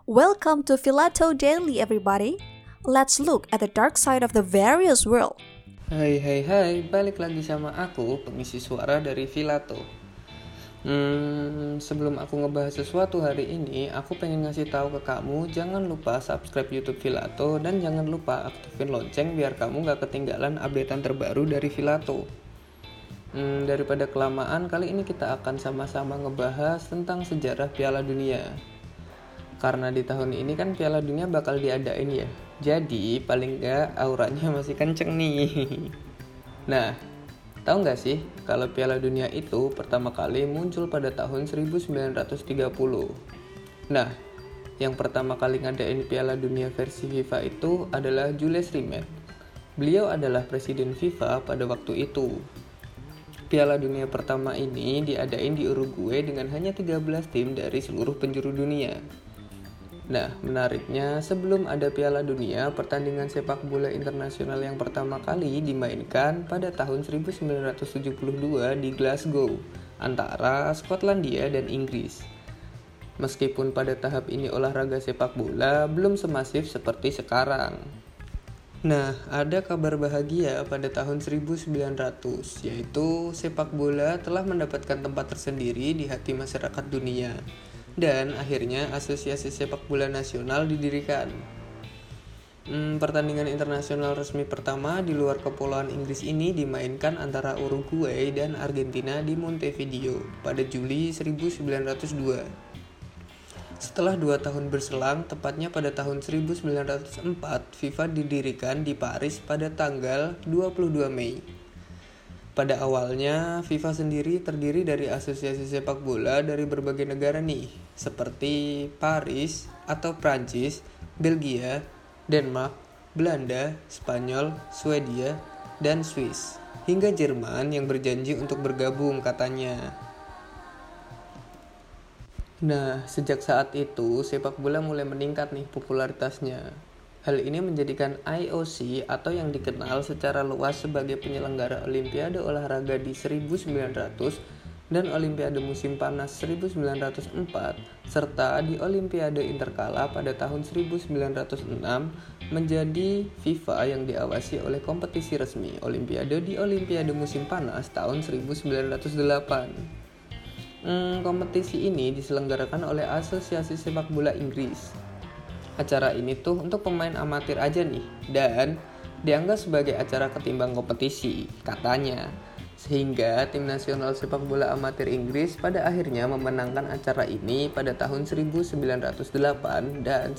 Welcome to Filato Daily, everybody. Let's look at the dark side of the various world. Hai, balik lagi sama aku, pengisi suara dari Filato. Sebelum aku ngebahas sesuatu hari ini, aku pengen ngasih tahu ke kamu, jangan lupa subscribe YouTube Filato dan jangan lupa aktifin lonceng biar kamu gak ketinggalan updatean terbaru dari Filato. Daripada kelamaan, kali ini kita akan sama-sama ngebahas tentang sejarah Piala Dunia. Karena di tahun ini kan Piala Dunia bakal diadain ya. Jadi paling nggak auranya masih kenceng nih. Nah, tahu nggak sih kalau Piala Dunia itu pertama kali muncul pada tahun 1930. Nah, yang pertama kali ngadain Piala Dunia versi FIFA itu adalah Jules Rimet. Beliau adalah presiden FIFA pada waktu itu. Piala Dunia pertama ini diadain di Uruguay dengan hanya 13 tim dari seluruh penjuru dunia. Nah, menariknya sebelum ada Piala Dunia, pertandingan sepak bola internasional yang pertama kali dimainkan pada tahun 1972 di Glasgow antara Skotlandia dan Inggris. Meskipun pada tahap ini olahraga sepak bola belum semasif seperti sekarang. Nah, ada kabar bahagia pada tahun 1900, yaitu sepak bola telah mendapatkan tempat tersendiri di hati masyarakat dunia. Dan akhirnya Asosiasi Sepak Bola Nasional didirikan. Pertandingan internasional resmi pertama di luar kepulauan Inggris ini dimainkan antara Uruguay dan Argentina di Montevideo pada Juli 1902. Setelah 2 tahun berselang, tepatnya pada tahun 1904, FIFA didirikan di Paris pada tanggal 22 Mei. Pada awalnya, FIFA sendiri terdiri dari asosiasi sepak bola dari berbagai negara nih, seperti Paris atau Prancis, Belgia, Denmark, Belanda, Spanyol, Swedia, dan Swiss, hingga Jerman yang berjanji untuk bergabung katanya. Nah, sejak saat itu, sepak bola mulai meningkat nih popularitasnya. Hal ini menjadikan IOC atau yang dikenal secara luas sebagai penyelenggara Olimpiade olahraga di 1900 dan Olimpiade musim panas 1904 serta di Olimpiade interkala pada tahun 1906 menjadi FIFA yang diawasi oleh kompetisi resmi Olimpiade di Olimpiade musim panas tahun 1908. Kompetisi ini diselenggarakan oleh Asosiasi Sepak Bola Inggris. Acara ini tuh untuk pemain amatir aja nih, dan dianggap sebagai acara ketimbang kompetisi, katanya. Sehingga tim nasional sepak bola amatir Inggris pada akhirnya memenangkan acara ini pada tahun 1908 dan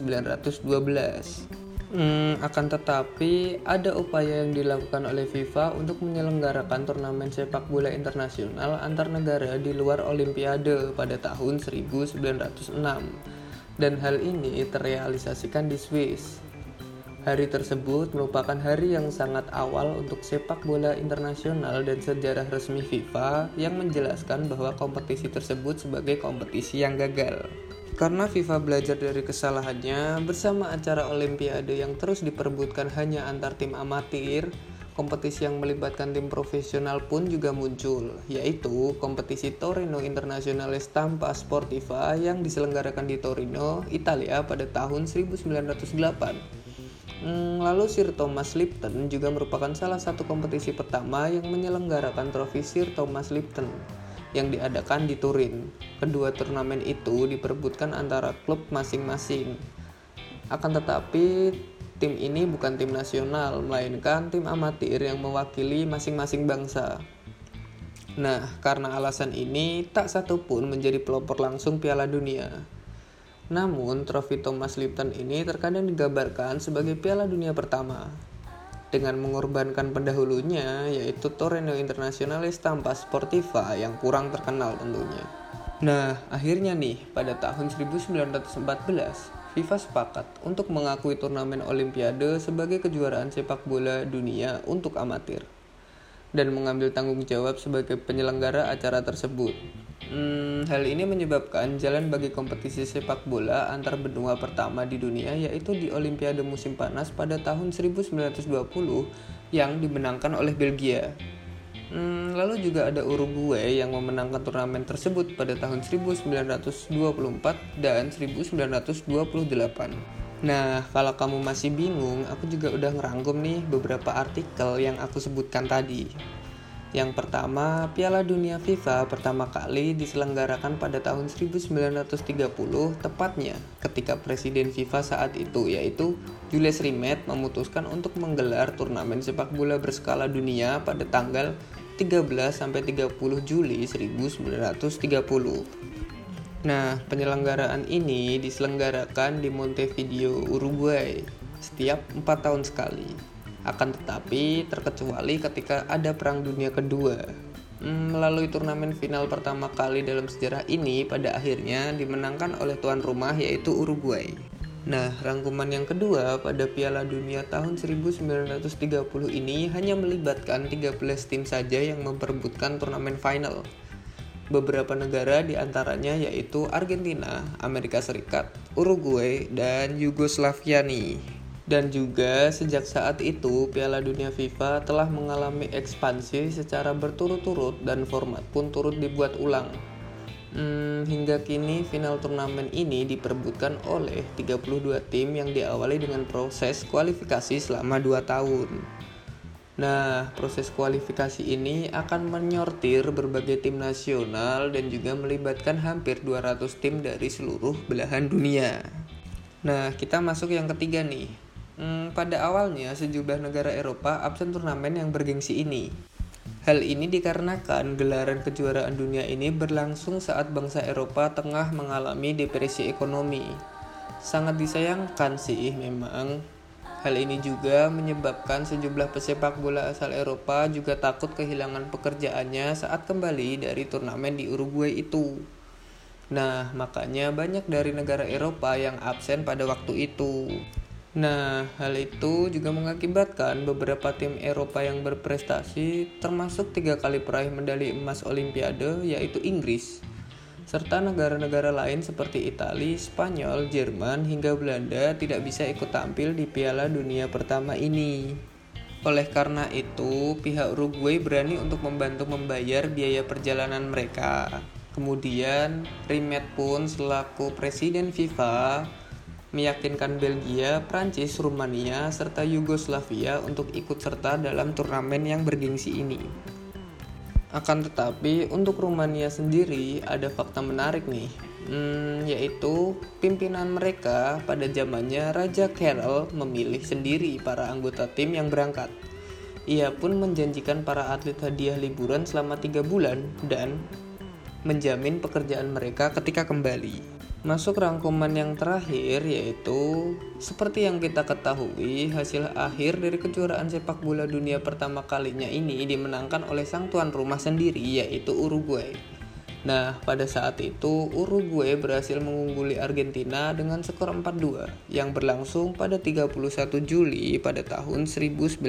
1912. Akan tetapi, ada upaya yang dilakukan oleh FIFA untuk menyelenggarakan turnamen sepak bola internasional antar negara di luar Olimpiade pada tahun 1906. Dan hal ini terrealisasikan di Swiss. Hari tersebut merupakan hari yang sangat awal untuk sepak bola internasional dan sejarah resmi FIFA yang menjelaskan bahwa kompetisi tersebut sebagai kompetisi yang gagal. Karena FIFA belajar dari kesalahannya, bersama acara Olimpiade yang terus diperebutkan hanya antar tim amatir, kompetisi yang melibatkan tim profesional pun juga muncul, yaitu kompetisi Torino Internazionale Stampa Sportiva yang diselenggarakan di Torino, Italia pada tahun 1908. Lalu Sir Thomas Lipton juga merupakan salah satu kompetisi pertama yang menyelenggarakan trofi Sir Thomas Lipton yang diadakan di Turin. Kedua turnamen itu diperebutkan antara klub masing-masing. Akan tetapi, tim ini bukan tim nasional, melainkan tim amatir yang mewakili masing-masing bangsa. Nah, karena alasan ini, tak satu pun menjadi pelopor langsung Piala Dunia. Namun, trofi Thomas Lipton ini terkadang digambarkan sebagai Piala Dunia pertama, dengan mengorbankan pendahulunya, yaitu Torino Internazionale Stampa Sportiva yang kurang terkenal tentunya. Nah, akhirnya nih, pada tahun 1914, FIFA sepakat untuk mengakui turnamen Olimpiade sebagai kejuaraan sepak bola dunia untuk amatir dan mengambil tanggung jawab sebagai penyelenggara acara tersebut. Hal ini menyebabkan jalan bagi kompetisi sepak bola antar benua pertama di dunia, yaitu di Olimpiade musim panas pada tahun 1920 yang dimenangkan oleh Belgia. Lalu juga ada Uruguay yang memenangkan turnamen tersebut pada tahun 1924 dan 1928. Nah, kalau kamu masih bingung, aku juga udah ngerangkum nih beberapa artikel yang aku sebutkan tadi. Yang pertama, Piala Dunia FIFA pertama kali diselenggarakan pada tahun 1930, tepatnya ketika Presiden FIFA saat itu, yaitu Jules Rimet, memutuskan untuk menggelar turnamen sepak bola berskala dunia pada tanggal 13-30 Juli 1930. Nah, penyelenggaraan ini diselenggarakan di Montevideo, Uruguay, setiap 4 tahun sekali. Akan tetapi terkecuali ketika ada Perang Dunia Kedua. Melalui turnamen final pertama kali dalam sejarah ini pada akhirnya dimenangkan oleh tuan rumah yaitu Uruguay. Nah, rangkuman yang kedua pada Piala Dunia tahun 1930 ini hanya melibatkan 13 tim saja yang memperebutkan turnamen final. Beberapa negara diantaranya yaitu Argentina, Amerika Serikat, Uruguay, dan Yugoslavia nih. Dan juga sejak saat itu Piala Dunia FIFA telah mengalami ekspansi secara berturut-turut dan format pun turut dibuat ulang. Hingga kini final turnamen ini diperebutkan oleh 32 tim yang diawali dengan proses kualifikasi selama 2 tahun. Nah, proses kualifikasi ini akan menyortir berbagai tim nasional dan juga melibatkan hampir 200 tim dari seluruh belahan dunia. Nah, kita masuk yang ketiga nih. Pada awalnya sejumlah negara Eropa absen turnamen yang bergengsi ini. Hal ini dikarenakan gelaran kejuaraan dunia ini berlangsung saat bangsa Eropa tengah mengalami depresi ekonomi. Sangat disayangkan sih memang. Hal ini juga menyebabkan sejumlah pesepak bola asal Eropa juga takut kehilangan pekerjaannya saat kembali dari turnamen di Uruguay itu. Nah, makanya banyak dari negara Eropa yang absen pada waktu itu. Nah, hal itu juga mengakibatkan beberapa tim Eropa yang berprestasi, termasuk 3 kali peraih medali emas Olimpiade, yaitu Inggris, serta negara-negara lain seperti Italia, Spanyol, Jerman, hingga Belanda tidak bisa ikut tampil di Piala Dunia pertama ini. Oleh karena itu, pihak Uruguay berani untuk membantu membayar biaya perjalanan mereka. Kemudian, Rimet pun selaku Presiden FIFA meyakinkan Belgia, Prancis, Rumania, serta Yugoslavia untuk ikut serta dalam turnamen yang bergengsi ini. Akan tetapi untuk Rumania sendiri ada fakta menarik nih, yaitu pimpinan mereka pada zamannya Raja Karel memilih sendiri para anggota tim yang berangkat. Ia pun menjanjikan para atlet hadiah liburan selama 3 bulan dan menjamin pekerjaan mereka ketika kembali. Masuk rangkuman yang terakhir yaitu seperti yang kita ketahui, hasil akhir dari kejuaraan sepak bola dunia pertama kalinya ini dimenangkan oleh sang tuan rumah sendiri yaitu Uruguay. Nah, pada saat itu Uruguay berhasil mengungguli Argentina dengan skor 4-2 yang berlangsung pada 31 Juli pada tahun 1930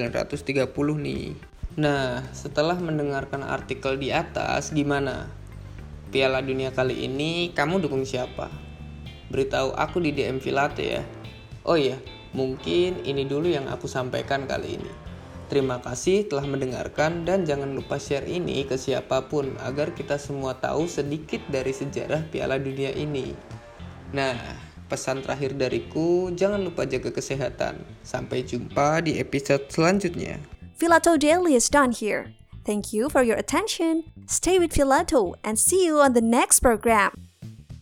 nih. Nah, setelah mendengarkan artikel di atas, gimana? Piala Dunia kali ini kamu dukung siapa? Beritahu aku di DM Filate ya. Oh iya, mungkin ini dulu yang aku sampaikan kali ini. Terima kasih telah mendengarkan dan jangan lupa share ini ke siapapun agar kita semua tahu sedikit dari sejarah Piala Dunia ini. Nah, pesan terakhir dariku, jangan lupa jaga kesehatan. Sampai jumpa di episode selanjutnya. Filato Daily is done here. Thank you for your attention. Stay with Filato and see you on the next program.